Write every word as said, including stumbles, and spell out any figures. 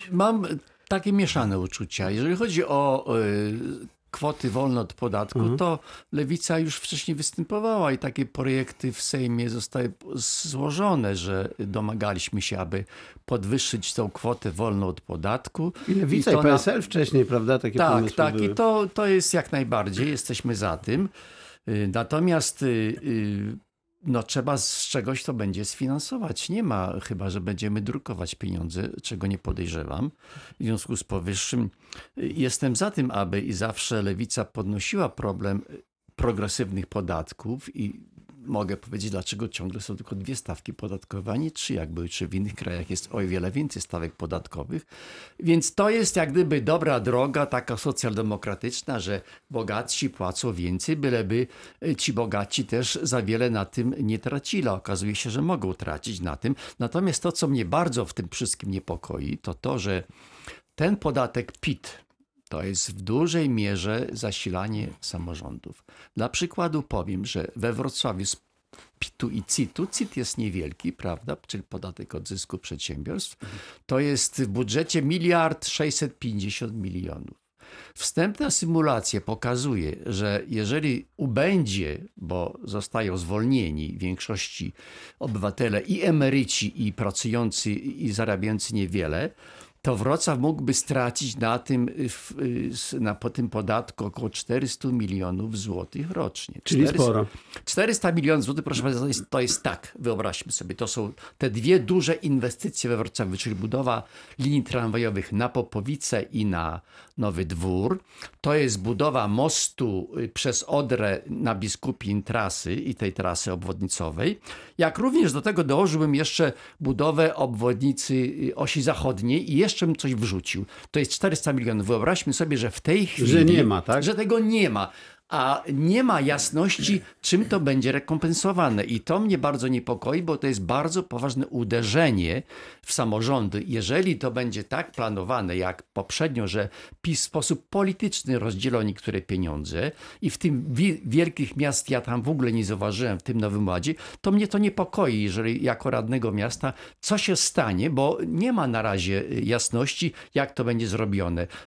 Mam takie mieszane uczucia. Jeżeli chodzi o y, kwoty wolne od podatku, mhm. to Lewica już wcześniej występowała i takie projekty w Sejmie zostały złożone, że domagaliśmy się, aby podwyższyć tą kwotę wolną od podatku. I Lewica i, i P S L na... wcześniej, prawda? Takie tak, pomysły tak. były. I to, to jest jak najbardziej. Jesteśmy za tym. Natomiast no, trzeba z czegoś to będzie sfinansować. Nie ma chyba, że będziemy drukować pieniądze, czego nie podejrzewam. W związku z powyższym jestem za tym, aby i zawsze Lewica podnosiła problem progresywnych podatków i mogę powiedzieć, dlaczego ciągle są tylko dwie stawki podatkowe, a nie trzy, jak były, czy w innych krajach jest o wiele więcej stawek podatkowych. Więc to jest jak gdyby dobra droga, taka socjaldemokratyczna, że bogatsi płacą więcej, byleby ci bogaci też za wiele na tym nie tracili. Okazuje się, że mogą tracić na tym. Natomiast to, co mnie bardzo w tym wszystkim niepokoi, to to, że ten podatek P I T, to jest w dużej mierze zasilanie samorządów. Dla przykładu powiem, że we Wrocławiu z P I T-u i C I T-u, C I T jest niewielki, prawda, czyli podatek od zysku przedsiębiorstw, to jest w budżecie miliard sześćset pięćdziesiąt milionów. Wstępna symulacja pokazuje, że jeżeli ubędzie, bo zostają zwolnieni w większości obywatele i emeryci, i pracujący, i zarabiający niewiele, to Wrocław mógłby stracić na tym, na, po tym podatku około czterysta milionów złotych rocznie. Czyli czterysta, sporo. czterysta milionów złotych, proszę Państwa, to jest, to jest tak, wyobraźmy sobie, to są te dwie duże inwestycje we Wrocławiu, czyli budowa linii tramwajowych na Popowice i na Nowy Dwór. To jest budowa mostu przez Odrę na Biskupin trasy i tej trasy obwodnicowej. Jak również do tego dołożyłbym jeszcze budowę obwodnicy osi zachodniej i jeszcze bym coś wrzucił. To jest czterysta milionów. Wyobraźmy sobie, że w tej chwili... Że nie ma, tak? Że tego nie ma. A nie ma jasności, czym to będzie rekompensowane. I to mnie bardzo niepokoi, bo to jest bardzo poważne uderzenie w samorządy. Jeżeli to będzie tak planowane, jak poprzednio, że PiS w sposób polityczny rozdziela niektóre pieniądze i w tym wi- wielkich miast ja tam w ogóle nie zauważyłem w tym Nowym Ładzie, to mnie to niepokoi, jeżeli jako radnego miasta co się stanie, bo nie ma na razie jasności, jak to będzie zrobione.